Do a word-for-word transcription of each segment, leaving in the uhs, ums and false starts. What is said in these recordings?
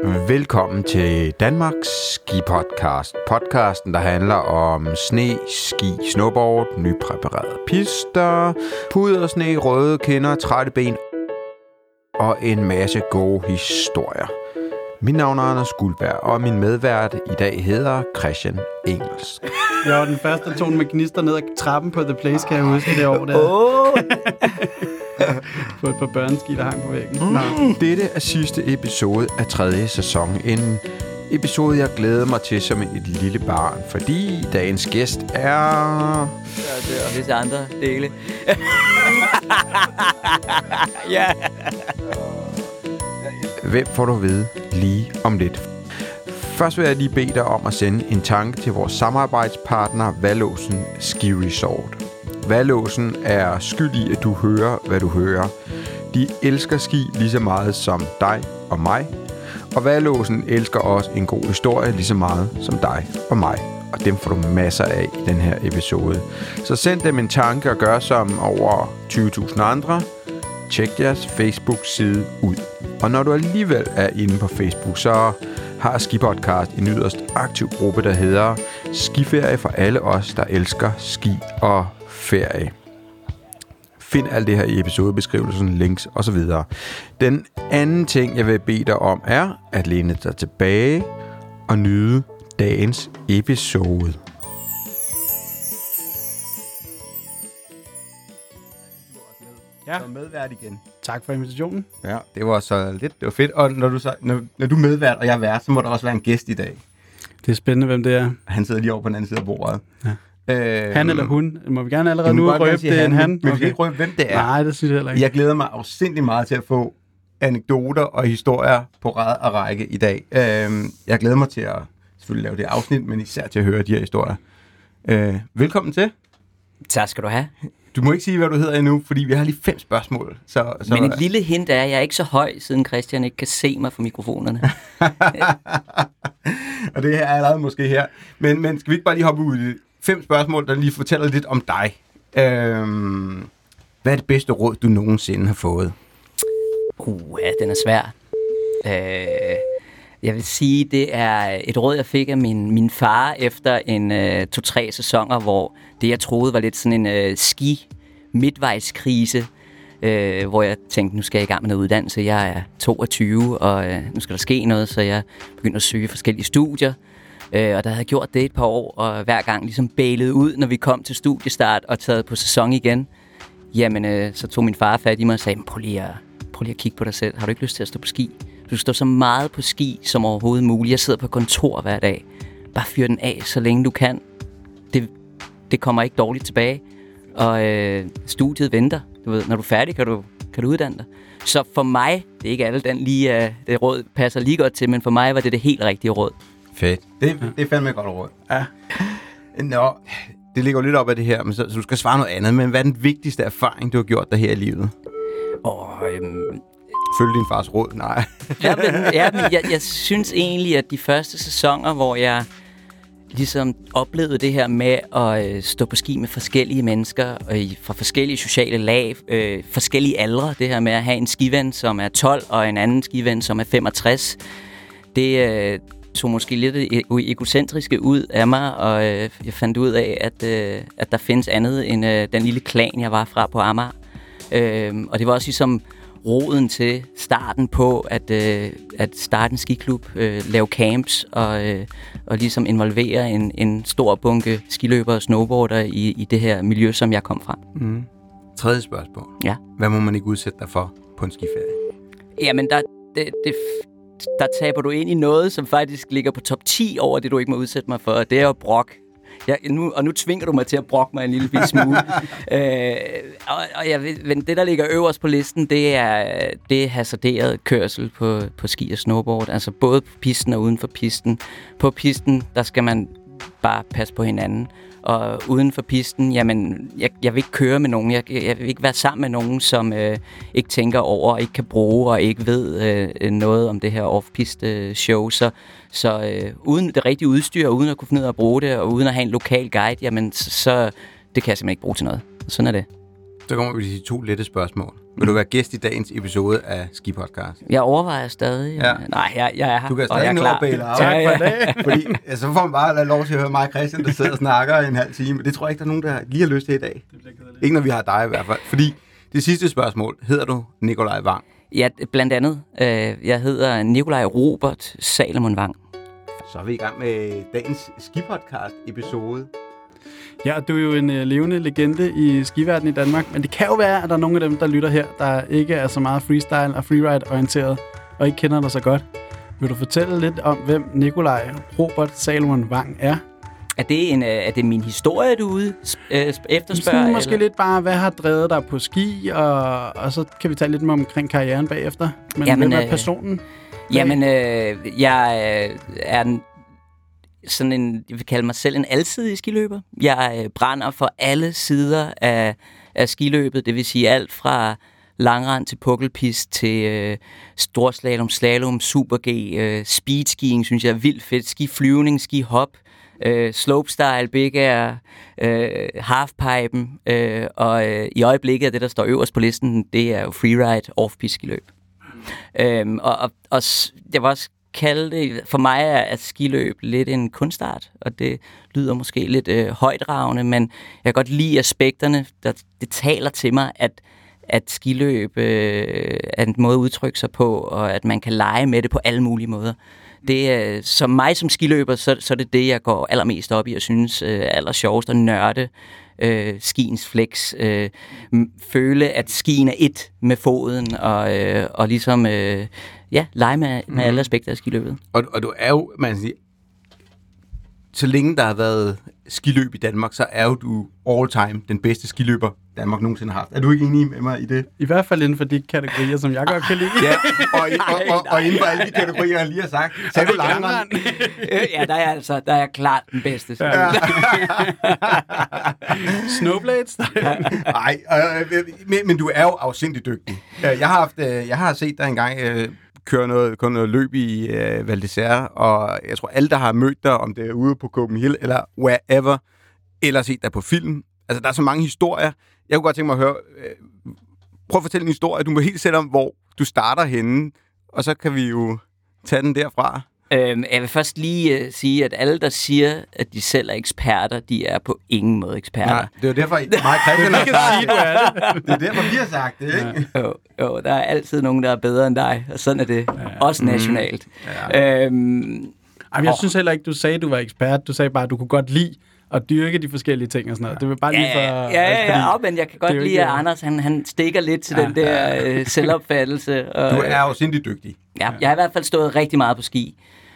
Velkommen til Danmarks Ski-podcast. Podcasten, der handler om sne, ski, snowboard, nypræparerede pister, pudersne, røde kinder, trætte ben og en masse gode historier. Mit navn er Anders Guldberg, og min medvært i dag hedder Christian Engels. Jeg var den første tone med gnister ned ad trappen på The Place, kan jeg huske det år der. Oh. På et par børneski, der hang på væggen. Mm. Dette er sidste episode af tredje sæson. En episode, jeg glæder mig til som et lille barn, fordi dagens gæst er... Ja, det er visse andre dele. Ja. Hvem får du ved lige om lidt? Først vil jeg lige bede dig om at sende en tanke til vores samarbejdspartner Vallåsen Ski Resort. Vallåsen er skyld i, at du hører, hvad du hører. De elsker ski lige så meget som dig og mig. Og Vallåsen elsker også en god historie lige så meget som dig og mig. Og dem får du masser af i den her episode. Så send dem en tanke og gør som over tyve tusind andre. Tjek deres Facebook-side ud. Og når du alligevel er inde på Facebook, så har Skipodcast en yderst aktiv gruppe, der hedder Skiferie for alle os, der elsker ski og ferie. Find alt det her i episodebeskrivelsen, links osv. Den anden ting, jeg vil bede dig om, er at læne dig tilbage og nyde dagens episode. Ja. Så medvært igen. Tak for invitationen. Ja, det var så lidt, det var fedt. Og når du, så, når, når du er medvært, og jeg er vært, så må der også være en gæst i dag. Det er spændende, hvem det er. Han sidder lige over på den anden side af bordet. Ja. Øh, han eller hun? Må vi gerne allerede nu røbe, det er en han? Men vi okay. skal ikke røbe, hvem det er. Nej, det synes jeg heller ikke. Jeg glæder mig afsindig meget til at få anekdoter og historier på rad og række i dag. Øh, jeg glæder mig til at selvfølgelig lave det afsnit, men især til at høre de her historier. Øh, velkommen til. Tak skal du have. Du må ikke sige, hvad du hedder endnu, fordi vi har lige fem spørgsmål. Så, så... Men et lille hint er, at jeg er ikke så høj, siden Christian ikke kan se mig fra mikrofonerne. Og det her er allerede måske her. Men, men skal vi ikke bare lige hoppe ud i det? Fem spørgsmål, der lige fortæller lidt om dig. Øhm, hvad er det bedste råd, du nogensinde har fået? Uh, ja, den er svær. Øh, jeg vil sige, det er et råd, jeg fik af min, min far efter en øh, to-tre sæsoner, hvor det, jeg troede, var lidt sådan en øh, ski-midtvejskrise, øh, hvor jeg tænkte, nu skal jeg i gang med noget uddannelse. Jeg er toogtyve, og øh, nu skal der ske noget, så jeg begyndte at søge forskellige studier. Øh, og der havde jeg gjort det et par år, og hver gang ligesom bælede ud, når vi kom til studiestart og taget på sæson igen. Jamen, øh, så tog min far fat i mig og sagde, prøv lige, at, prøv lige at kigge på dig selv. Har du ikke lyst til at stå på ski? Du står så meget på ski som overhovedet muligt. Jeg sidder på kontor hver dag. Bare fyr den af, så længe du kan. Det, det kommer ikke dårligt tilbage. Og øh, studiet venter. Du ved, når du er færdig, kan du, kan du uddanne dig. Så for mig, det er ikke alle, den lige, uh, det råd passer lige godt til, men for mig var det det helt rigtige råd. Fedt. Det, det er fandme et godt råd. Ja. Nå, det ligger lidt op af det her, men så, så du skal svare noget andet. Men hvad er den vigtigste erfaring, du har gjort dig her i livet? Åh, øhm... Følg din fars råd. Nej. ja, men, ja, men jeg, jeg synes egentlig, at de første sæsoner, hvor jeg ligesom oplevede det her med at øh, stå på ski med forskellige mennesker øh, fra forskellige sociale lag, øh, forskellige aldre, det her med at have en skiven, som er tolv, og en anden skiven, som er femogtres, det øh, tog måske lidt egocentriske ud af mig, og øh, jeg fandt ud af, at, øh, at der findes andet end øh, den lille klan, jeg var fra på Amager. Øh, og det var også ligesom roden til starten på at, øh, at starte en skiklub, øh, lave camps og, øh, og ligesom involvere en, en stor bunke skiløbere og snowboardere i, i det her miljø, som jeg kom fra. Mm. Tredje spørgsmål. Ja. Hvad må man ikke udsætte dig for på en skiferie? Jamen, der, det, det, der taber du ind i noget, som faktisk ligger på top ti over det, du ikke må udsætte mig for, og det er jo brok. Jeg, nu, og nu tvinger du mig til at brokke mig en lille bitte smule. øh, og, og jeg ved, men det, der ligger øverst på listen, det er, det er hasarderet kørsel på, på ski og snowboard. Altså både på pisten og uden for pisten. På pisten, der skal man bare passe på hinanden. Og uden for pisten, jamen, jeg, jeg vil ikke køre med nogen. Jeg, jeg vil ikke være sammen med nogen, som øh, ikke tænker over, ikke kan bruge og ikke ved øh, noget om det her off-piste show. Så, så øh, uden det rigtige udstyr, uden at kunne finde ud af at bruge det, og uden at have en lokal guide, jamen, så, så det kan jeg simpelthen ikke bruge til noget. Sådan er det. Så kommer vi til de to lette spørgsmål. Vil du være gæst i dagens episode af Ski Podcast? Jeg overvejer stadig. Ja. Nej, jeg, jeg er her. Du kan og jeg stadig er nå klar. at bæle af. Tak for i dag. Fordi altså, så får man bare lov til at høre mig og Christian, der sidder og snakker en halv time. Det tror jeg ikke, der er nogen, der lige har lyst til i dag. Ikke når vi har dig i hvert fald. Fordi det sidste spørgsmål, hedder du Nikolaj Wang? Ja, blandt andet. Øh, jeg hedder Nikolaj Robert Salomon Wang. Så er vi i gang med dagens skipodcast-episode. Ja, du er jo en øh, levende legende i skiverdenen i Danmark, men det kan jo være, at der er nogle af dem, der lytter her, der ikke er så meget freestyle og freeride-orienteret, og ikke kender dig så godt. Vil du fortælle lidt om, hvem Nikolaj Robert Salomon Wang er? Er det, en, øh, er det min historie, du ude øh, efterspørger? Sådan, måske eller? lidt bare, hvad har drevet dig på ski, og, og så kan vi tale lidt mere omkring karrieren bagefter. Men Jamen, hvem er øh, personen? Jamen, øh, jeg øh, er en, sådan en, jeg vil kalde mig selv en alsidig skiløber. Jeg øh, brænder for alle sider af, af skiløbet, det vil sige alt fra langrend til pukkelpist til øh, storslalom, slalom, super G, øh, speedskiing, synes jeg er vildt fedt, skiflyvning, skihop, øh, slopestyle, big air, øh, halfpipen, øh, og øh, i øjeblikket er det, der står øverst på listen, det er jo freeride, off-piste skiløb. Øhm, og, og, og jeg vil også kalde det, for mig er skiløb lidt en kunstart, og det lyder måske lidt øh, højdragende, men jeg kan godt lide aspekterne, der det taler til mig, at, at skiløb øh, er en måde at udtrykke sig på, og at man kan lege med det på alle mulige måder. Det er, som mig som skiløber, så, så er det det, jeg går allermest op i, og synes øh, aller sjovest at nørde øh, skiens flex. Øh, føle, at skien er et med foden, og, øh, og ligesom øh, ja, lege med, med alle aspekter af skiløbet. Og, og du er jo, man siger, så længe der har været skiløb i Danmark, så er jo du all time den bedste skiløber, Danmark nogensinde har haft. Er du ikke enig med mig i det? I hvert fald inden for de kategorier, som jeg godt kan lide. Ja, og, og, og, og inden for alle de kategorier, jeg lige har sagt. Så er du langrend. Ja, der er altså der er klart den bedste. Ja. Snowblades? Nej, øh, men, men du er jo afsindigt dygtig. Jeg har, haft, øh, jeg har set dig engang øh, køre noget, køre noget løb i øh, Val d'Isère, og jeg tror, alle, der har mødt dig, om det er ude på Copenhagen eller wherever, eller set dig på film. Altså, der er så mange historier. Jeg kunne godt tænke mig at høre, øh, prøv at fortælle en historie. Du må helt sætte om, hvor du starter henne, og så kan vi jo tage den derfra. Øhm, jeg vil først lige uh, sige, at alle, der siger, at de selv er eksperter, de er på ingen måde eksperter. Nej, det er jo derfor, mig og Christian har sagt, du er det. Det er derfor, vi har sagt det, ikke? Ja. Jo, jo, der er altid nogen, der er bedre end dig, og sådan er det. Ja. Også nationalt. Ja. Øhm, Jamen, jeg synes heller ikke, du sagde, du var ekspert. Du sagde bare, at du kunne godt lide at dyrke de forskellige ting og sådan noget. Det vil bare lige for... Ja, ja, ja, ja, men jeg kan godt lide, ikke, at Anders, han, han stikker lidt til ja, den der øh, selvopfattelse. Og, du er jo sindssygt dygtig. Ja, jeg har i hvert fald stået rigtig meget på ski.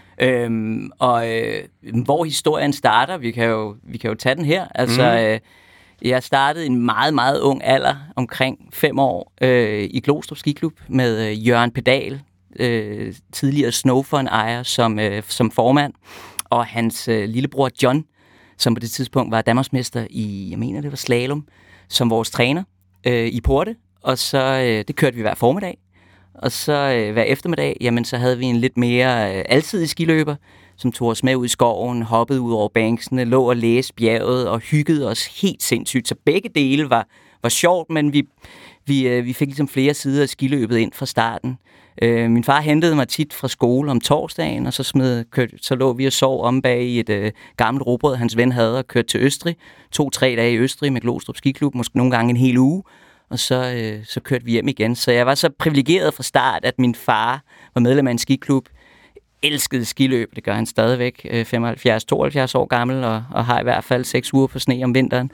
Øhm, og øh, hvor historien starter, vi kan jo, vi kan jo tage den her. Altså, mm. øh, jeg startede i en meget, meget ung alder, omkring fem år, øh, i Glostrup Skiklub med øh, Jørgen Pedal, øh, tidligere Snowfun-ejer som, øh, som formand, og hans øh, lillebror John, som på det tidspunkt var danmarksmester i, jeg mener det var slalom, som vores træner øh, i Porte, og så øh, det kørte vi hver formiddag. Og så øh, hver eftermiddag, jamen så havde vi en lidt mere øh, alsidig skiløber, som tog os med ud i skoven, hoppede ud over banksene, lå og læste bjerget og hyggede os helt sindssygt. Så begge dele var, var sjovt, men vi, vi, øh, vi fik ligesom flere sider af skiløbet ind fra starten. Øh, min far hentede mig tit fra skole om torsdagen, og så, smed, kørte, så lå vi og sov om bag i et øh, gammelt robrød, hans ven havde, og kørte til Østrig. To-tre dage i Østrig med Glostrup Skiklub, måske nogle gange en hel uge. Og så, øh, så kørte vi hjem igen. Så jeg var så privilegeret fra start, at min far var medlem af en skiklub, elskede skiløb, det gør han stadigvæk, øh, femoghalvfjerds tooghalvfjerds år gammel, og, og har i hvert fald seks uger på sne om vinteren.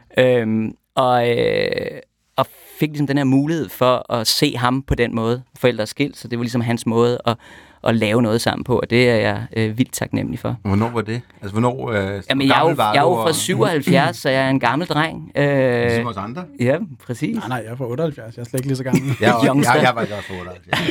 Øhm, og, øh, og fik ligesom den her mulighed for at se ham på den måde. Forældre er skilt, så det var ligesom hans måde at, at lave noget sammen på, og det er jeg øh, vildt taknemmelig for. Hvornår var det? Altså, hvornår øh, Jamen, jeg er jo, jeg er jo fra syvoghalvfjerds, så jeg er en gammel dreng. Øh, Ligesom os andre? Ja, præcis. Nej, nej, jeg er fra otteoghalvfjerds. Jeg er slet ikke lige så gammel. jeg, jeg, jeg, jeg var også fra otteoghalvfjerds.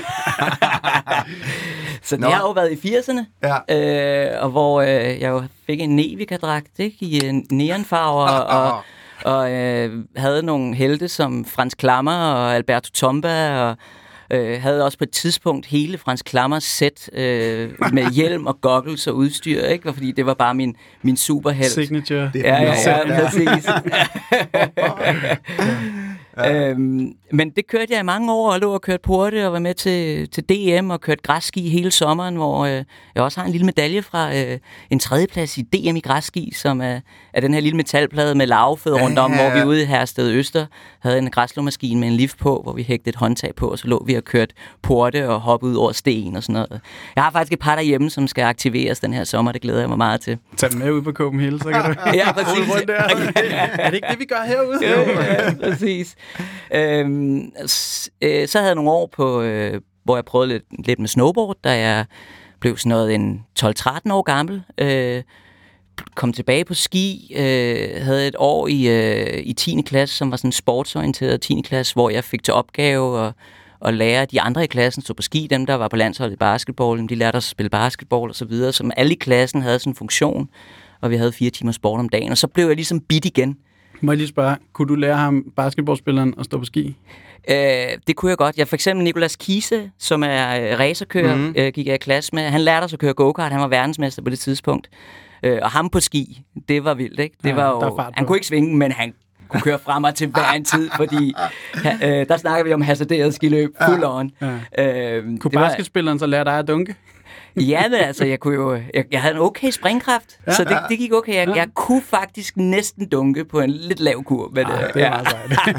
Så det Nå. har jo været i firserne, ja. øh, og hvor øh, jeg jo fik en Nevika-dragt, ikke, i øh, neonfarver, og, og øh, havde nogle helte som Frans Klammer og Alberto Tomba, og øh, havde også på et tidspunkt hele Frans Klammers sæt øh, med hjelm og goggles og udstyr, ikke? Fordi det var bare min, min superhelt. Signature. Ja, ja, ja, ja, præcis. Ja. Øhm, men det kørte jeg i mange år, og lå og kørte porte og var med til, til D M og kørte græsski hele sommeren, hvor øh, jeg også har en lille medalje fra øh, en tredjeplads i D M i græsski, som er, er den her lille metalplade med larvefødder rundt om, ja, ja. Hvor vi ude i Hersted Øster havde en græsslåmaskine med en lift på, hvor vi hægtede et håndtag på, og så lå vi og kørte porte og hoppede ud over sten og sådan noget. Jeg har faktisk et par derhjemme, som skal aktiveres den her sommer, det glæder jeg mig meget til. Tag dem med ud på Copenhagen, så kan du ja, præcis. rundt der. Er det ikke det, vi gør herude? Jo, ja, præcis. Øhm, øh, så havde jeg nogle år, på, øh, hvor jeg prøvede lidt, lidt med snowboard, da jeg blev sådan noget en tolv tretten år gammel. Øh, kom tilbage på ski, øh, havde et år i, øh, i tiende klasse, som var sådan en sportsorienteret tiende klasse, hvor jeg fik til opgave at, at lære de andre i klassen stå på ski. Dem, der var på landsholdet i basketball, de lærte at spille basketball og så videre, som alle i klassen havde sådan en funktion, og vi havde fire timer sport om dagen. Og så blev jeg ligesom bit igen. Må jeg lige spørge, kunne du lære ham, basketballspilleren, at stå på ski? Øh, det kunne jeg godt. Jeg for eksempel Nicolas Kise, som er racerkører, mm-hmm. øh, gik jeg i klasse med. Han lærte os at køre go-kart. Han var verdensmester på det tidspunkt. Øh, og ham på ski, det var vildt, ikke? Det ja, var jo, han kunne ikke svinge, men han kunne køre frem og til hver en tid, fordi øh, der snakker vi om hasarderet skiløb, full on. Ja. Øh, kunne basketspilleren så lære dig at dunke? Ja, men altså, jeg kunne jo, jeg, jeg havde en okay springkraft, ja, så det, det gik okay. Jeg, ja. jeg kunne faktisk næsten dunke på en lidt lav kur. Men, Ej, det er meget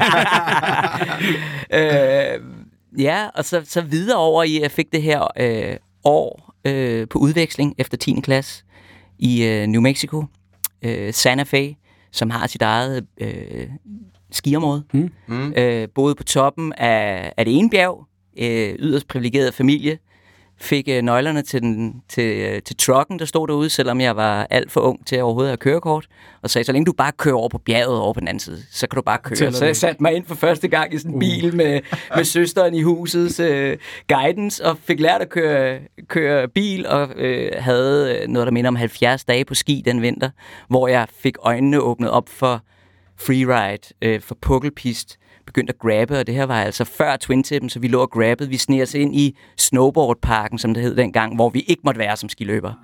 sejt. øh, ja, og så, så videre over i, jeg fik det her øh, år øh, på udveksling efter tiende klasse i øh, New Mexico, øh, Santa Fe, som har sit eget øh, skiområde. Mm. Mm. Øh, boede på toppen af, af det ene bjerg, øh, yderst privilegeret familie, fik øh, nøglerne til, den, til, øh, til trucken, der stod derude, selvom jeg var alt for ung til overhovedet at have kørekort, og sagde, så længe du bare kører over på bjerget over på den anden side, så kan du bare køre. Så jeg satte mig ind for første gang i sådan en bil uh. med, med søsteren i husets øh, guidance, og fik lært at køre, køre bil, og øh, havde noget, der minder om halvfjerds dage på ski den vinter, hvor jeg fik øjnene åbnet op for freeride, øh, for pukkelpist, begyndte at grabbe, og det her var altså før Twin-tippen, så vi lå og grabbede. Vi sneede os ind i snowboardparken, som det hed dengang, hvor vi ikke måtte være som skiløber,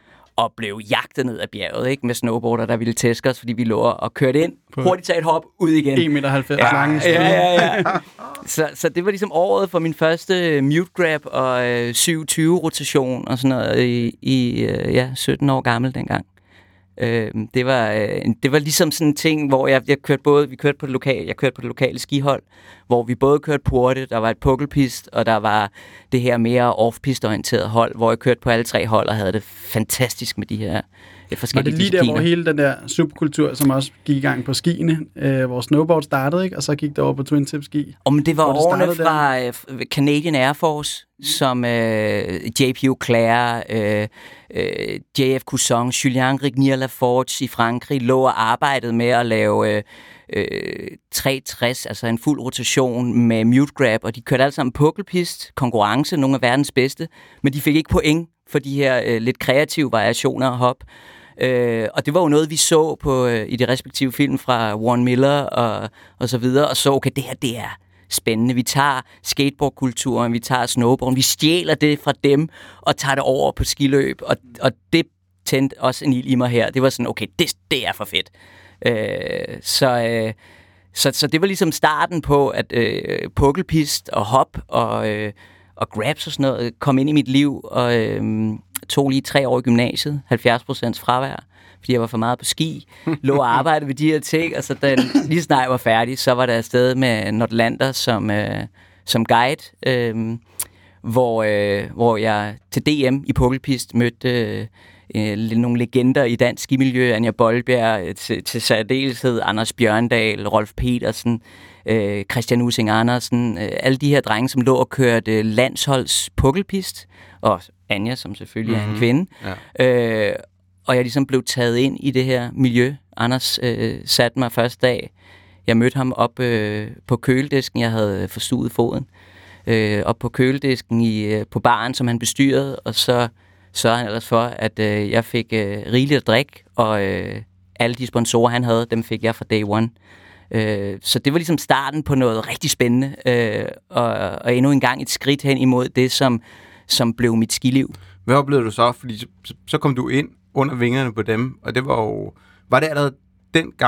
og blev jagtet ned ad bjerget, ikke, med snowboarder, der ville tæske os, fordi vi lå og kørte ind, hurtigt tage et hop, ud igen. en komma halvfems meter ja, lange. Ja, ja, ja. Så, så det var ligesom året for min første mute grab og øh, syv tyve rotation og sådan noget i, i øh, ja, sytten år gammel dengang. Øh, det var øh, det var ligesom sådan en ting, hvor jeg, jeg kørte både vi kørte på det lokale, jeg kørte på det lokale skihold, hvor vi både kørte porte, der var et pukkelpist, og der var det her mere off-pist orienteret hold, hvor jeg kørte på alle tre hold og havde det fantastisk med de her øh, forskellige discipliner. Var det lige discipliner. der, hvor hele den der subkultur, som også gik i gang på skiene, øh, hvor snowboard startede, ikke? Og så gik det over på twin-tip ski? Og men det var årene fra øh, Canadian Air Force, som øh, J P Auclair, øh, øh, J F Cousin, Julien Rignier Laforge i Frankrig lå og arbejdede med at lave øh, øh, tre tres, altså en fuld rotation med mute grab, og de kørte alle sammen pukkelpist, konkurrence, nogle af verdens bedste, men de fik ikke point for de her øh, lidt kreative variationer og hop. Øh, og det var jo noget, vi så på øh, i de respektive film fra Warren Miller og, og så videre, og så, okay, det her, det er spændende. Vi tager skateboardkulturen, vi tager snowboarden, vi stjæler det fra dem og tager det over på skiløb, og, og det tændte også en ild i mig her. Det var sådan, okay, det, det er for fedt. Øh, så, øh, så, så det var ligesom starten på, at øh, pukkelpist og hop og, øh, og grabs og sådan noget kom ind i mit liv, og øh, tog lige tre år i gymnasiet, halvfjerds procent fravær, fordi jeg var for meget på ski, lå og arbejdede med de her ting, og så da lige snart jeg var færdig, så var der afsted med Nordlander som, øh, som guide, øh, hvor, øh, hvor jeg til D M i pukkelpist mødte øh, nogle legender i dansk skimiljø, Anja Boldbjerg, til, til særdeleshed Anders Bjørndal, Rolf Petersen, øh, Christian Using Andersen, øh, alle de her drenge, som lå og kørte landsholds pukkelpist, og Anja, som selvfølgelig mm-hmm. er en kvinde, ja. øh, og jeg ligesom blev taget ind i det her miljø. Anders øh, satte mig første dag. Jeg mødte ham op øh, på køledisken. Jeg havde forstuet foden. Øh, op på køledisken i, øh, på baren, som han bestyrede. Og så sørgede han ellers for, at øh, jeg fik øh, rigeligt at drikke. Og øh, alle de sponsorer, han havde, dem fik jeg fra day one. Øh, så det var ligesom starten på noget rigtig spændende. Øh, og, og endnu en gang et skridt hen imod det, som, som blev mit skiliv. Hvad oplevede du så? Fordi så, så kom du ind under vingerne på dem, og det var jo... Var det allerede dengang,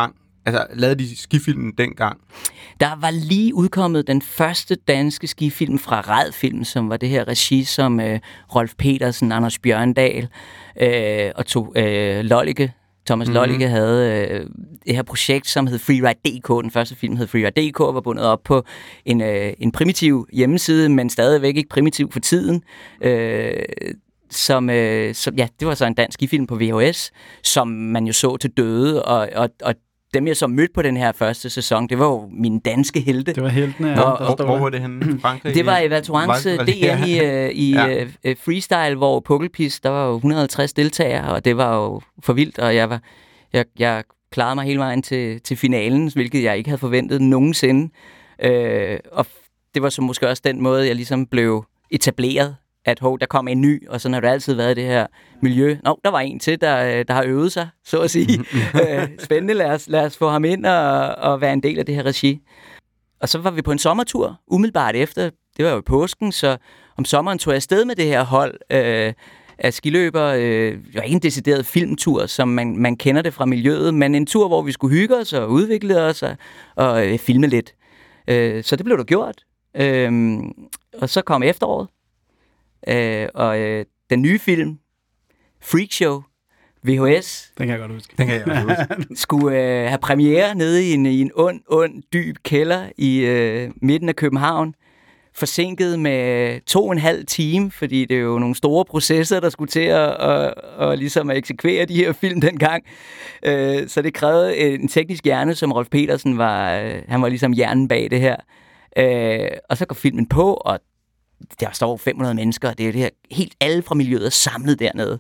Altså, lavede de skifilmen dengang? Der var lige udkommet den første danske skifilm fra Radfilm, som var det her regi, som øh, Rolf Petersen, Anders Bjørndal øh, og to, øh, Lollicke, Thomas mm-hmm. Lollicke havde øh, det her projekt, som hed Freeride punktum d k. Den første film hed Freeride punktum d k og var bundet op på en, øh, en primitiv hjemmeside, men stadigvæk ikke primitiv for tiden. Øh, som, øh, som, ja, det var så en dansk skifilm på V H S, som man jo så til døde, og, og, og dem, jeg så mødte på den her første sæson, det var jo mine danske helte. Det var heltene, ja. Og, og, hvor var det henne? Frankrig? Det var i Val Thorens D M i, uh, i ja. uh, freestyle, hvor Pukkelpis, der var jo et hundrede og halvtreds deltagere, og det var jo for vildt, og jeg, var, jeg, jeg klarede mig hele vejen til, til finalen, hvilket jeg ikke havde forventet nogensinde. Uh, og det var så måske også den måde, jeg ligesom blev etableret, at hov, der kom en ny, og sådan har det altid været i det her miljø. Nå, der var en til, der, der har øvet sig, så at sige. øh, spændende, lad os, lad os få ham ind og, og være en del af det her regi. Og så var vi på en sommertur, umiddelbart efter. Det var jo i påsken, så om sommeren tog jeg afsted med det her hold øh, af skiløbere. Øh, det var ikke en decideret filmtur, som man, man kender det fra miljøet, men en tur, hvor vi skulle hygge os og udvikle os og, og øh, filme lidt. Øh, så det blev der gjort. Øh, og så kom efteråret. Øh, og øh, den nye film, Freakshow, V H S, den kan jeg godt huske. Den kan jeg godt huske. skulle øh, have premiere nede i en, i en ond, ond, dyb kælder i øh, midten af København. Forsinket med to og en halv time, fordi det er jo nogle store processer, der skulle til at, at, at, at, ligesom at eksekvere de her film dengang. Øh, så det krævede en teknisk hjerne, som Rolf Petersen var, øh, han var ligesom hjernen bag det her. Øh, og så går filmen på, og der står fem hundrede mennesker, og det er det her, helt alle fra miljøet er samlet dernede.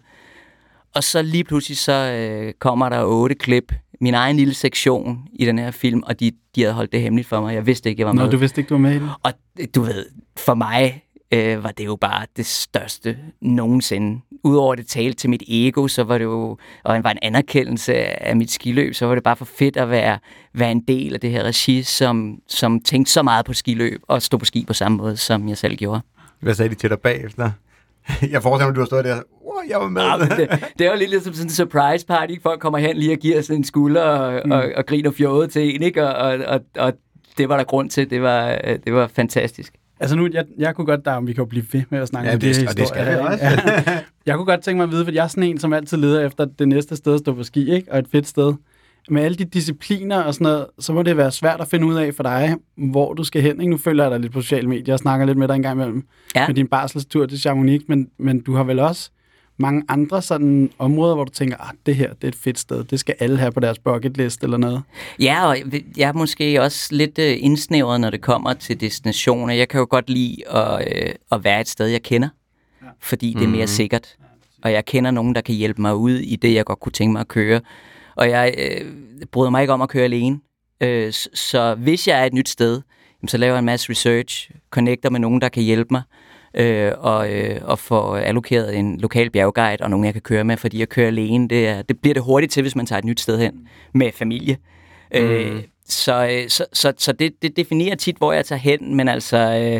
Og så lige pludselig så øh, kommer der otte klip, min egen lille sektion i den her film, og de, de havde holdt det hemmeligt for mig. Jeg vidste ikke, jeg var med. Nå, du vidste ikke, du var med i det? Og du ved, for mig øh, var det jo bare det største nogensinde. Udover det talte til mit ego, så var det jo, og det var en anerkendelse af mit skiløb, så var det bare for fedt at være, være en del af det her regi, som, som tænkte så meget på skiløb, og stå på ski på samme måde, som jeg selv gjorde. Hvad sagde de til dig bagefter? Jeg forestiller mig, at du har stået der, wow, jeg var med. Ja, det, det er jo lidt ligesom sådan en surprise party, ikke? Folk kommer hen lige og giver sådan en skulder og, mm. og, og griner fjollet til en, ikke? Og, og, og, og det var der grund til. Det var, det var fantastisk. Altså nu, jeg, jeg kunne godt, der, vi kan jo blive ved med at snakke ja, om det, det, det det skal her. Også. Ja. Jeg kunne godt tænke mig at vide, for jeg er sådan en, som altid leder efter det næste sted at stå på ski, ikke? Og et fedt sted. Med alle de discipliner og sådan noget, så må det være svært at finde ud af for dig, hvor du skal hen. Ikke? Nu følger jeg dig lidt på sociale medier og snakker lidt med dig en gang imellem ja. med din barselstur til Chamonix, men, men du har vel også mange andre sådan områder, hvor du tænker, at ah, det her det er et fedt sted, det skal alle have på deres bucket list eller noget. Ja, og jeg er måske også lidt indsnævret, når det kommer til destinationer. Jeg kan jo godt lide at, øh, at være et sted, jeg kender, ja. fordi det er mere mm. sikkert. Og jeg kender nogen, der kan hjælpe mig ud i det, jeg godt kunne tænke mig at køre. Og jeg øh, bryder mig ikke om at køre alene. Øh, så, så hvis jeg er et nyt sted, så laver jeg en masse research, connecter med nogen, der kan hjælpe mig, øh, og, øh, og får allokeret en lokal bjergguide og nogen, jeg kan køre med, fordi jeg kører alene. Det, er, det bliver det hurtigt til, hvis man tager et nyt sted hen med familie. Mm. Øh, så så, så, så det, det definerer tit, hvor jeg tager hen, men altså... Øh,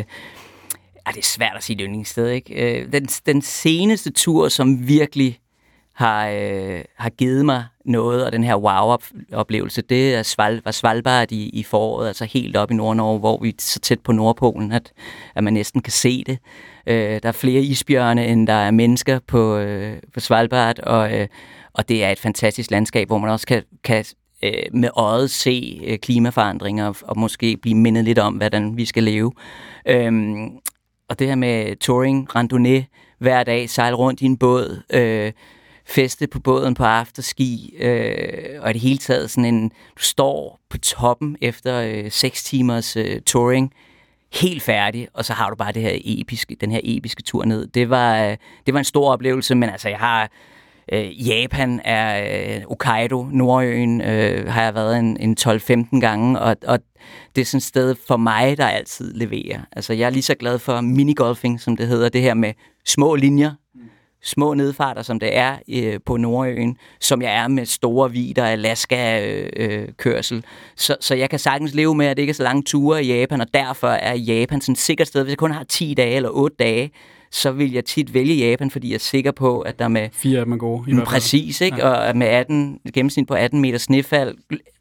ah, det er svært at sige et yndlingssted, ikke? Øh, den, den seneste tur, som virkelig har, øh, har givet mig noget, og den her wow-oplevelse, det er Sval, var Svalbard i, i foråret, altså helt op i Nord-Norge, hvor vi er så tæt på Nordpolen, at, at man næsten kan se det. Øh, der er flere isbjørne, end der er mennesker på, øh, på Svalbard, og, øh, og det er et fantastisk landskab, hvor man også kan, kan øh, med øjet se øh, klimaforandringer, og, og måske blive mindet lidt om, hvordan vi skal leve. Øh, og det her med touring, randonnée, hver dag, sejle rundt i en båd, øh, feste på båden på afterski, øh, og i det hele taget sådan en, du står på toppen efter øh, seks timers øh, touring, helt færdig, og så har du bare det her episke, den her episke tur ned. Det var, øh, det var en stor oplevelse, men altså jeg har, øh, Japan er øh, Hokkaido, Nordøen, øh, har jeg været en, en tolv femten gange, og, og det er sådan et sted for mig, der altid leverer. Altså jeg er lige så glad for minigolfing, som det hedder, det her med små linjer, små nedfarter, som det er øh, på Nordøen, som jeg er med store vidder, Alaska-kørsel. Øh, så, så jeg kan sagtens leve med, at det ikke er så lange ture i Japan, og derfor er Japan sådan et sikkert sted. Hvis jeg kun har ti dage eller otte dage, så vil jeg tit vælge Japan, fordi jeg er sikker på, at der med... Fire er man gode. I præcis, ikke? Ja. Og med atten, gennemsnit på atten meter snefald,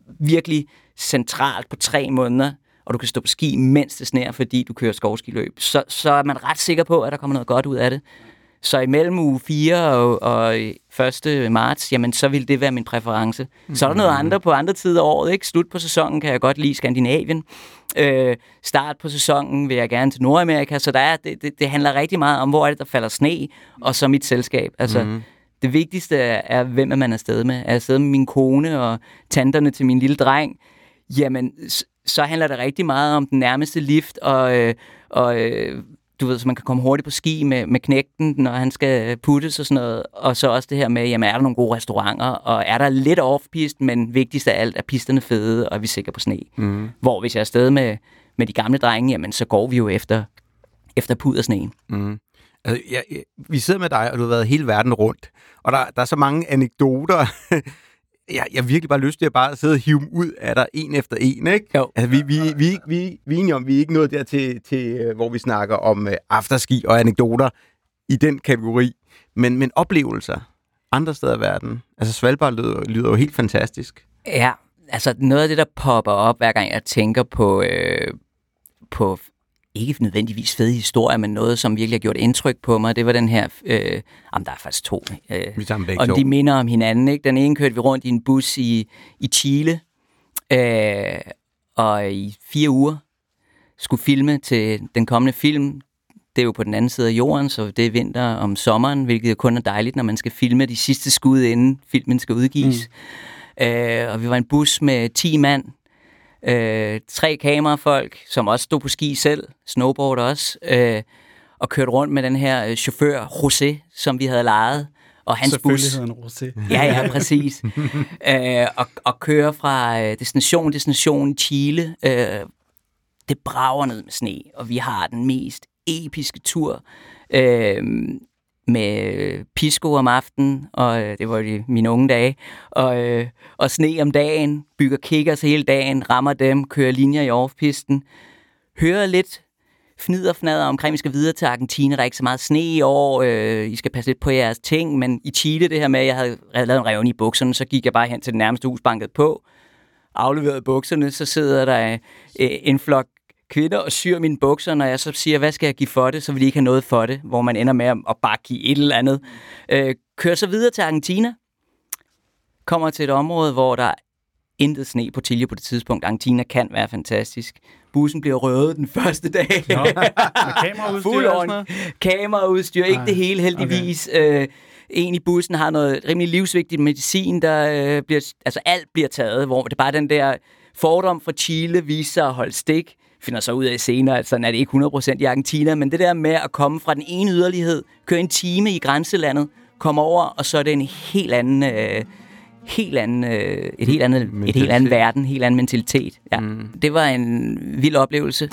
virkelig centralt på tre måneder, og du kan stå på ski, mens det sner, fordi du kører skovskiløb, så, så er man ret sikker på, at der kommer noget godt ud af det. Så imellem uge fire og, og første marts, jamen så vil det være min præference. Mm-hmm. Så er der noget andre på andre tider af året, ikke? Slut på sæsonen kan jeg godt lide Skandinavien. Øh, start på sæsonen vil jeg gerne til Nordamerika, så der er, det, det, det handler rigtig meget om, hvor er det, der falder sne, og så mit selskab. Altså, mm-hmm. Det vigtigste er, er, hvem er man afsted med. Er jeg afsted med min kone og tanterne til min lille dreng, jamen så handler det rigtig meget om den nærmeste lift, og, øh, og øh, du ved, så man kan komme hurtigt på ski med, med knægten, når han skal puttes og sådan noget. Og så også det her med, jamen er der nogle gode restauranter, og er der lidt off-pist, men vigtigst af alt er pisterne fede, og er vi sikre på sne. Mm. Hvor hvis jeg er afsted med, med de gamle drenge, jamen så går vi jo efter, efter pudersneen. Mm. Altså, jeg, jeg, vi sidder med dig, og du har været hele verden rundt, og der, der er så mange anekdoter. Jeg, jeg har virkelig bare lyst til at bare sidde og hive dem ud af dig, en efter en, ikke? Jo. Altså, vi, vi, vi, vi, vi er enige om, vi er ikke nået der til, til hvor vi snakker om uh, afterski og anekdoter i den kategori, men, men oplevelser andre steder i verden. Altså, Svalbard lyder, lyder jo helt fantastisk. Ja, altså noget af det, der popper op, hver gang jeg tænker på, øh, på ikke nødvendigvis fede historier, men noget, som virkelig har gjort indtryk på mig, det var den her, øh, jamen der er faktisk to, øh, og de minder om hinanden, ikke? Den ene kørte vi rundt i en bus i, i Chile, øh, og i fire uger skulle filme til den kommende film. Det er jo på den anden side af jorden, så det er vinter om sommeren, hvilket kun er dejligt, når man skal filme de sidste skud, inden filmen skal udgives. Mm. Øh, og vi var en bus med ti mand, Øh, tre kamerafolk, som også stod på ski selv, snowboard også, øh, og kørte rundt med den her øh, chauffør, José, som vi havde lejet, og hans bus. Selvfølgelig hedder han José. Ja, ja, præcis. øh, og, og kører fra øh, destination destination i Chile. Øh, det brager ned med sne, og vi har den mest episke tur. Øh, med pisco om aftenen, og øh, det var de mine unge dage, og, øh, og sne om dagen, bygger kickers hele dagen, rammer dem, kører linjer i off-pisten, hører lidt fnider og fnader omkring, vi skal videre til Argentina, der er ikke så meget sne i år, øh, I skal passe lidt på jeres ting, men i Chile det her med, at jeg havde, havde lavet en revne i bukserne, så gik jeg bare hen til det nærmeste hus, banket på, afleverede bukserne, så sidder der øh, en flok kvinder og syr mine bukser, når jeg så siger, hvad skal jeg give for det, så vil de ikke have noget for det, hvor man ender med at bare give et eller andet. Øh, kører så videre til Argentina, kommer til et område, hvor der er intet sne på Tilje på det tidspunkt. Argentina kan være fantastisk. Bussen bliver røget den første dag. Nå, med kameraudstyr og sådan noget? Kameraudstyr, ikke det hele heldigvis. Okay. Øh, en i bussen har noget rimelig livsvigtigt medicin, der øh, bliver, altså alt bliver taget, hvor det er bare den der fordom fra Chile viser sig at holde stik, finder så ud af senere, at sådan er det ikke hundrede procent i Argentina, men det der med at komme fra den ene yderlighed, køre en time i grænselandet, komme over, og så er det en helt anden, øh, helt anden, øh, et helt andet, et helt anden verden, en helt anden mentalitet. Ja. Mm. Det var en vild oplevelse.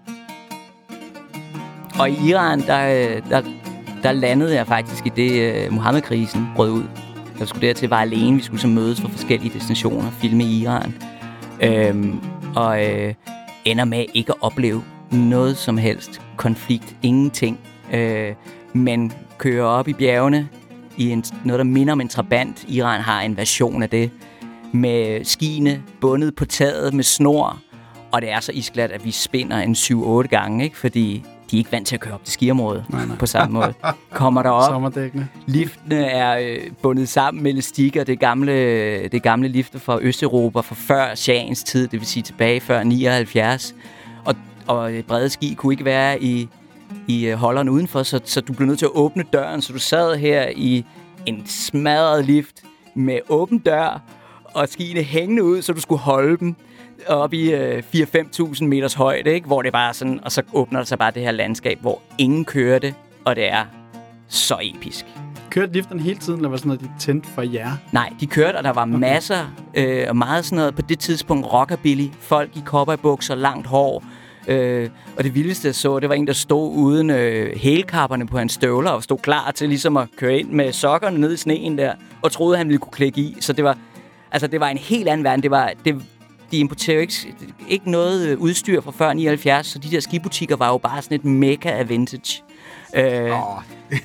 Og i Iran, der, der, der landede jeg faktisk i det, uh, Mohammed-krisen brød ud. Jeg skulle dertil være alene, vi skulle så mødes for forskellige destinationer, filme i Iran. Øhm, og øh, ender med ikke at opleve noget som helst konflikt, ingenting, øh, men kører op i bjergene i en, noget, der minder om en trabant. Iran har en version af det, med skiene bundet på taget med snor, og det er så isglat, at vi spinder en syv otte gange, ikke? Fordi de er ikke vant til at køre op til skiområdet nej, nej. på samme måde. Kommer der op, sommerdækkene. Liftene er øh, bundet sammen med elastikker, det gamle, det gamle lifter fra Østeuropa, fra før Shagens tid, det vil sige tilbage før nioghalvfjerds. Og, og brede ski kunne ikke være i, i holderen udenfor, så, så du blev nødt til at åbne døren, så du sad her i en smadret lift med åben dør, og skiene hængende ud, så du skulle holde dem op i øh, fire til fem tusind meters højde, ikke? Hvor det bare sådan, og så åbner der sig bare det her landskab, hvor ingen kører det, og det er så episk. Kørte lifterne hele tiden, eller var sådan noget, de tændte for jer? Nej, de kørte, og der var okay. masser, øh, og meget sådan noget, på det tidspunkt rockabilly, folk i cowboybukser, langt hår, øh, og det vildeste jeg så, det var en, der stod uden øh, hælkapperne på hans støvler, og stod klar til ligesom at køre ind med sokkerne ned i sneen der, og troede, han ville kunne klikke i, så det var, altså det var en helt anden verden, det var, det de importerer ikke, ikke noget udstyr fra før nioghalvfjerds, så de der skibutikker var jo bare sådan et mega af vintage. Øh, oh.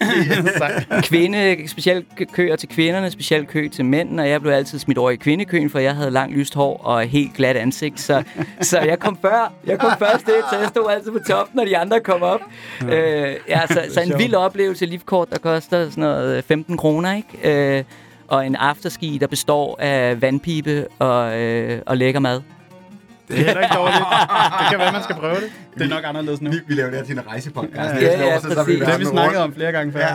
Kvinde, specielt køer til kvinderne, specielt kø til mændene, og jeg blev altid smidt over i kvindekøen, for jeg havde langt lyst hår og helt glat ansigt, så, så jeg kom før. Jeg kom først ind, så jeg stod altid på toppen, når de andre kom op. Ja. Øh, ja, så, så en vild oplevelse, liftkort, der koster sådan noget femten kroner, ikke? Øh, og en afterski, der består af vandpibe og, øh, og lækker mad. Det er heller ikke dårligt. Det kan være, man skal prøve det. Det er nok anderledes nu. Vi, vi laver det her til en rejsepodcast. Ja, ja, ja, ja, så, så vi det har vi snakket om flere gange før. Ja.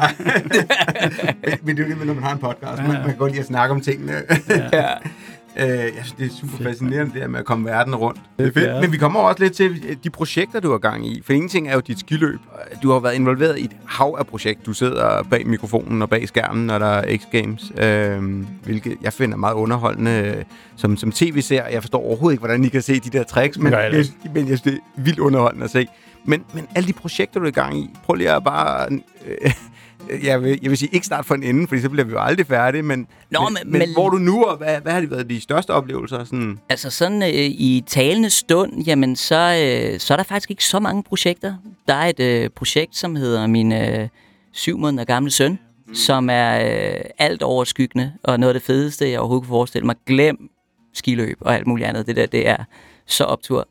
men, men det er jo det, når man har en podcast. Man, man kan godt lide at snakke om tingene. Ja. Uh, jeg synes, det er super fascinerende, det her med at komme verden rundt. Det er fedt. Ja. Men vi kommer også lidt til de projekter, du har gang i. For en ting er jo dit skiløb. Du har været involveret i et hav af projekt. Du sidder bag mikrofonen og bag skærmen, når der er X-Games. Uh, hvilket jeg finder meget underholdende som, som tv-seer. Jeg forstår overhovedet ikke, hvordan I kan se de der tricks, men jeg, jeg, men jeg synes, det er vildt underholdende at se. Men, men alle de projekter, du er i gang i, prøv lige at bare... Øh, Jeg vil, jeg vil sige, ikke start for en ende, fordi så bliver vi jo aldrig færdige, men, Nå, men, men, men, men hvor er du nu, og hvad, hvad har de været de største oplevelser? Sådan? Altså sådan øh, i talende stund, jamen så, øh, så er der faktisk ikke så mange projekter. Der er et øh, projekt, som hedder min øh, syv måneder gamle søn, mm. som er øh, alt overskyggende, og noget af det fedeste, jeg overhovedet kan forestille mig. Glem skiløb og alt muligt andet. Det der, det er så optur.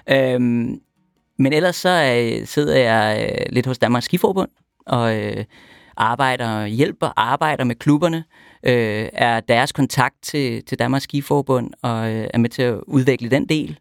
Øhm, men ellers så øh, sidder jeg øh, lidt hos Danmarks Skiforbund, og... Øh, arbejder, hjælper, arbejder med klubberne, øh, er deres kontakt til, til Danmarks Skiforbund og øh, er med til at udvikle den del.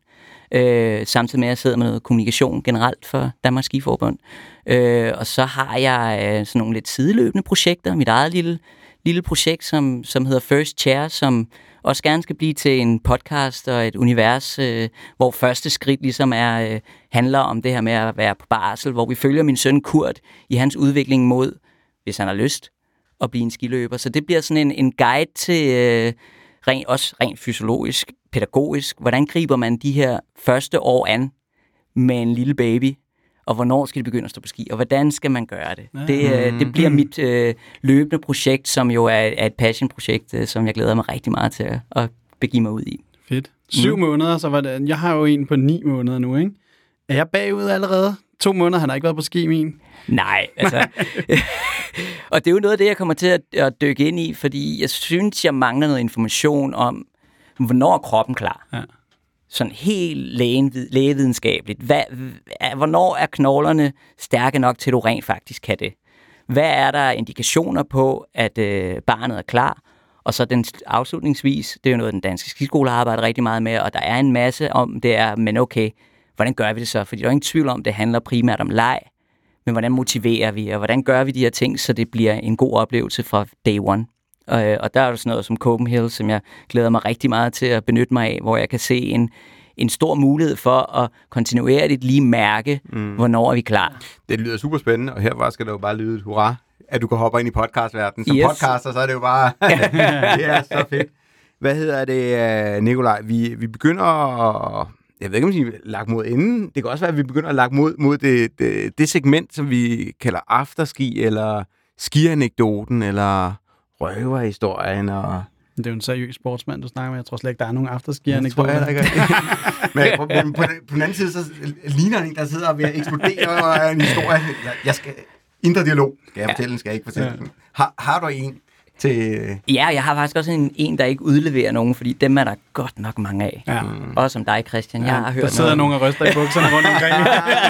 Øh, samtidig med, at jeg sidder med noget kommunikation generelt for Danmarks Skiforbund. Øh, og så har jeg øh, sådan nogle lidt sideløbende projekter. Mit eget lille, lille projekt, som, som hedder First Chair, som også gerne skal blive til en podcast og et univers, øh, hvor første skridt ligesom er, øh, handler om det her med at være på barsel, hvor vi følger min søn Kurt i hans udvikling mod, hvis han har lyst, at blive en skiløber. Så det bliver sådan en, en guide til, øh, rent, også rent fysiologisk, pædagogisk, hvordan griber man de her første år an med en lille baby, og hvornår skal de begynde at stå på ski, og hvordan skal man gøre det? Ja. Det, øh, det bliver mit øh, løbende projekt, som jo er, er et passion-projekt, øh, som jeg glæder mig rigtig meget til at, at begive mig ud i. Fedt. Syv mm. måneder, så var det, jeg har jo en på ni måneder nu, ikke? Er jeg bagud allerede? To måneder har der ikke været på ski, min. Nej, altså... og det er jo noget af det, jeg kommer til at, at dykke ind i, fordi jeg synes, jeg mangler noget information om, hvornår er kroppen klar. Ja. Sådan helt lægevid, lægevidenskabeligt. Hvad, hvornår er knoglerne stærke nok til, at du rent faktisk kan det? Hvad er der indikationer på, at øh, barnet er klar? Og så den afslutningsvis, det er jo noget, den danske skiskole arbejder rigtig meget med, og der er en masse om det er, men okay, hvordan gør vi det så? Fordi der er ingen tvivl om, det handler primært om leg, men hvordan motiverer vi, og hvordan gør vi de her ting, så det bliver en god oplevelse fra day one. Og, og der er jo sådan noget som Copenhagen, som jeg glæder mig rigtig meget til at benytte mig af, hvor jeg kan se en, en stor mulighed for at kontinuerligt lige mærke, mm. hvornår er vi klar. Det lyder super spændende, og herfra skal det jo bare lyde et hurra, at du kan hoppe ind i podcastverdenen. Som yes. podcaster, så er det jo bare... det er så fedt. Hvad hedder det, Nikolaj? Vi, vi begynder at... Jeg ved ikke, om vi lagt mod enden. Det kan også være, at vi begynder at lagt mod, mod det, det, det segment, som vi kalder afterski, eller skianekdoten, eller røverhistorien. Og... Det er jo en seriøs sportsmand, du snakker med. Jeg tror slet ikke, der er nogen afterski-anekdoter. Jeg tror jeg ikke. Men på, på, på den anden side, så ligner han en, der sidder ved at eksplodere og en historie. Jeg, jeg skal... Indre dialog. Skal jeg fortælle den? Skal jeg ikke fortælle den? Har, har du en til... Ja, jeg har faktisk også en, en, der ikke udleverer nogen, fordi dem er der godt nok mange af. Ja. Også som dig, Christian. Jeg ja, har hørt der sidder nogen og ryster i bukserne rundt omkring.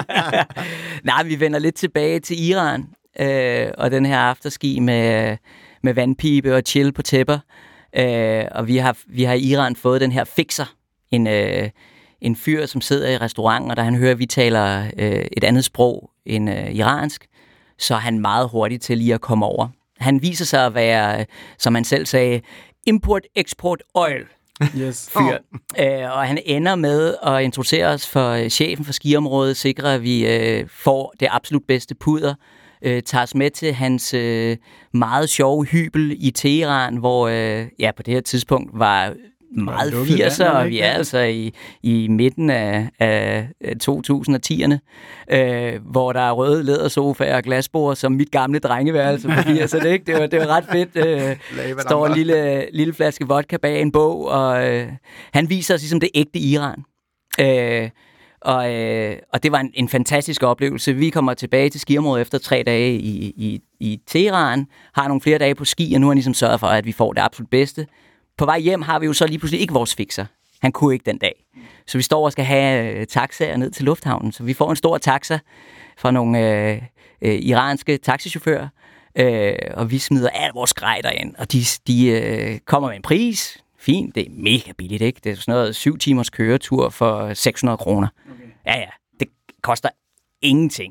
Nej, vi vender lidt tilbage til Iran, øh, og den her afterski med, med vandpibe og chill på tæpper. Øh, og vi har, vi har i Iran fået den her fixer, en, øh, en fyr, som sidder i restauranten, og da han hører, at vi taler øh, et andet sprog end øh, iransk, så er han meget hurtig til lige at komme over. Han viser sig at være, som han selv sagde, import-export oil. Yes. Fyr. Oh. Øh, og han ender med at introducere os for chefen for skiområdet, sikre at vi øh, får det absolut bedste pudder, øh, tager os med til hans øh, meget sjove hybel i Teheran, hvor øh, ja, på det her tidspunkt var meget firser, og vi er altså i, i midten af, af to tusind og tierne, øh, hvor der er røde lædersofaer og glasbord, som mit gamle drengeværelse på firserne, ikke? Det var, det var ret fedt. Øh, står en lille, lille flaske vodka bag en bog, og øh, han viser os ligesom det ægte Iran. Øh, Og, øh, og det var en, en fantastisk oplevelse. Vi kommer tilbage til skiområdet efter tre dage i, i, i Teheran, har nogle flere dage på ski, og nu har han ligesom sørget for, at vi får det absolut bedste. På vej hjem har vi jo så lige pludselig ikke vores fikser. Han kunne ikke den dag. Så vi står og skal have øh, taxaer ned til lufthavnen. Så vi får en stor taxa fra nogle øh, øh, iranske taxichauffører, øh, og vi smider alt vores grej derind, og de, de øh, kommer med en pris. Fint, det er mega billigt, ikke? Det er sådan noget syv timers køretur for seks hundrede kroner. Okay. Ja, ja, det koster ingenting.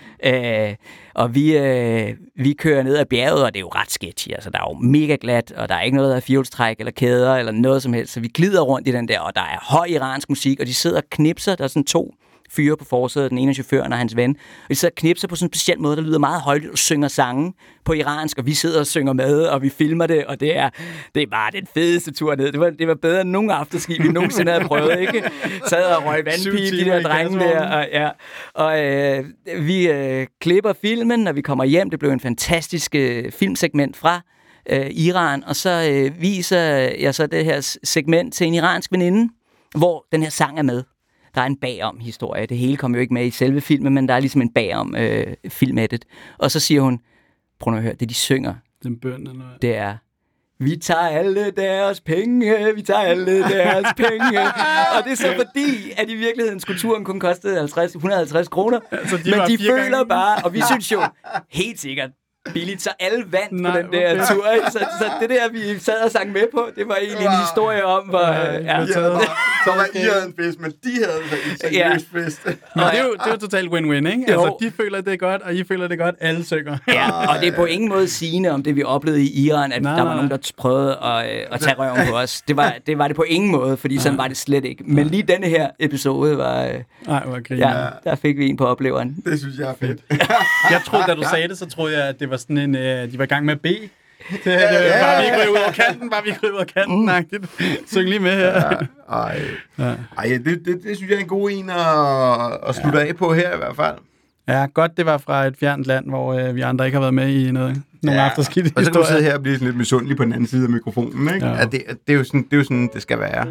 Øh, og vi, øh, vi kører ned ad bjerget, og det er jo ret sketchy. Altså, der er jo mega glat, og der er ikke noget af fjolstræk eller kæder eller noget som helst. Så vi glider rundt i den der, og der er høj iransk musik, og de sidder og knipser. Der er sådan to fyre på forsædet, den ene af chaufføren og hans ven. Og de sidder og knipser på sådan en speciel måde, der lyder meget højt, og synger sange på iransk, og vi sidder og synger med, og vi filmer det, og det er, det er bare den fedeste tur ned. Det var, det var bedre end nogen afterski, vi nogensinde havde prøvet, ikke? Sad og røg vandpige, de der drenge der, og, ja. og øh, vi øh, klipper filmen, når vi kommer hjem. Det blev en fantastisk øh, filmsegment fra øh, Iran, og så øh, viser jeg så det her segment til en iransk veninde, hvor den her sang er med. Der er en bagom historie. Det hele kommer jo ikke med i selve filmen, men der er ligesom en bagom øh, filmettet. Og så siger hun, prøv at høre, det de synger, den bøn, eller hvad? Det er, vi tager alle deres penge, vi tager alle deres penge. Og det er så fordi, at i virkeligheden skulle turen kun koste halvtreds, et hundrede og halvtreds kroner. Altså, de men de føler gange. bare, og vi synes jo helt sikkert, billigt, så alle vandt Nej, på den der okay. tur. Så, så det der, vi sad og sang med på, det var egentlig en historie om, hvor... Ja, ja. Ja, så var I havde en fest, men de havde en seriøs ja. fest. Men det er jo, det er jo totalt win-win, ikke? Altså, de føler, det er godt, og I føler, det er godt, alle synger. Ja, og det er på ingen måde sigende om det, vi oplevede i Iran, at nej, der var nogen, der prøvede at, at tage røven på os. Det var, det var det på ingen måde, fordi sådan var det slet ikke. Men lige denne her episode var... Nej, var griner. Ja, der fik vi en på opleveren. Det synes jeg er fedt. Jeg troede, da du sagde det, så troede jeg, at det var sådan en, uh, de var i gang med at bede. Det, det ja, ja, bare vi ikke ryger ud over kanten, bare vi ikke ryger ud over kanten. Mm. Syng lige med her. Ja, ej, ja. ej det, det, det synes jeg er en god en at, at slutte ja. af på her i hvert fald. Ja, godt det var fra et fjernt land, hvor øh, vi andre ikke har været med i noget, nogle ja. afterskidt historie. Og så kan du sidde her og blive sådan lidt misundelig på den anden side af mikrofonen, ikke? Ja. Ja, det, det, er jo sådan, det er jo sådan, det skal være.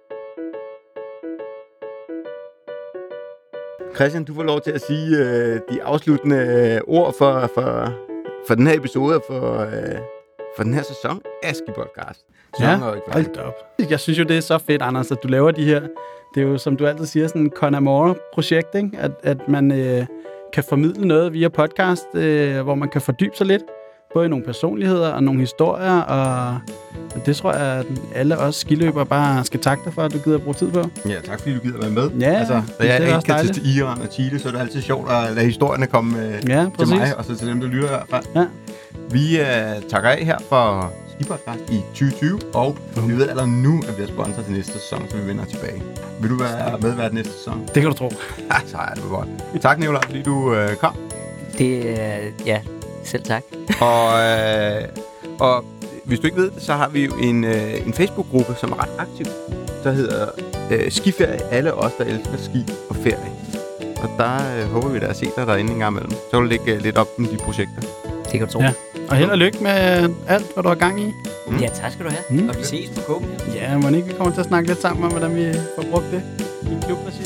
Christian, du får lov til at sige øh, de afsluttende ord for, for, for den her episode og for, øh, for den her sæson af Ski Podcast. Ja, hold op. Jeg synes jo, det er så fedt, Anders, at du laver de her. Det er jo, som du altid siger, sådan en Con Amore-projekt, ikke? At, at man øh, kan formidle noget via podcast, øh, hvor man kan fordybe sig lidt. Både nogle personligheder og nogle historier, og det tror jeg, at alle os skiløbere bare skal takke dig for, at du gider at bruge tid på. Ja, tak fordi du gider at være med. Ja, altså, da jeg ikke kan til Iran og Chile, så er det altid sjovt at lade historierne komme ja, til mig, og så til dem, der lytter i hvert fald. Ja. Vi uh, takker af her for Ski Podcast i tyve tyve, og vi ved allerede nu, at vi er sponsor til næste sæson, så vi vender tilbage. Vil du være medvært næste sæson? Det kan du tro. Så er det godt. Tak, Nicolaj, fordi du uh, kom. Det er... Uh, ja. Selv tak. og, øh, og hvis du ikke ved det, så har vi jo en, øh, en Facebook-gruppe, som er ret aktiv, der hedder øh, Skiferie. Alle os, der elsker ski og ferie. Og der øh, håber vi da at se dig derinde en gang imellem. Så vil du lægge øh, lidt op med de projekter. Det kan du tro. Ja. Og held og lykke med alt, hvad du har gang i. Mm. Ja, tak skal du have. Mm. Og vi ses på Copenhagen. Ja, må ikke vi kommer til at snakke lidt sammen om, hvordan vi får brugt det i klubregi.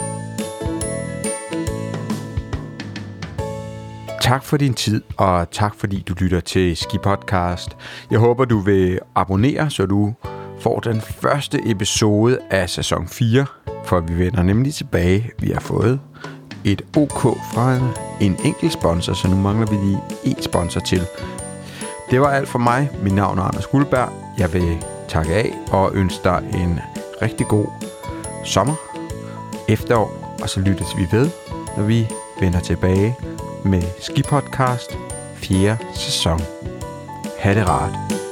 Tak for din tid, og tak fordi du lytter til Ski Podcast. Jeg håber, du vil abonnere, så du får den første episode af sæson fire, for vi vender nemlig tilbage. Vi har fået et OK fra en enkelt sponsor, så nu mangler vi lige en sponsor til. Det var alt for mig. Mit navn er Anders Guldberg. Jeg vil takke af og ønske dig en rigtig god sommer, efterår, og så lyttes vi ved, når vi vender tilbage med Ski Podcast fjerde sæson. Ha' det rart.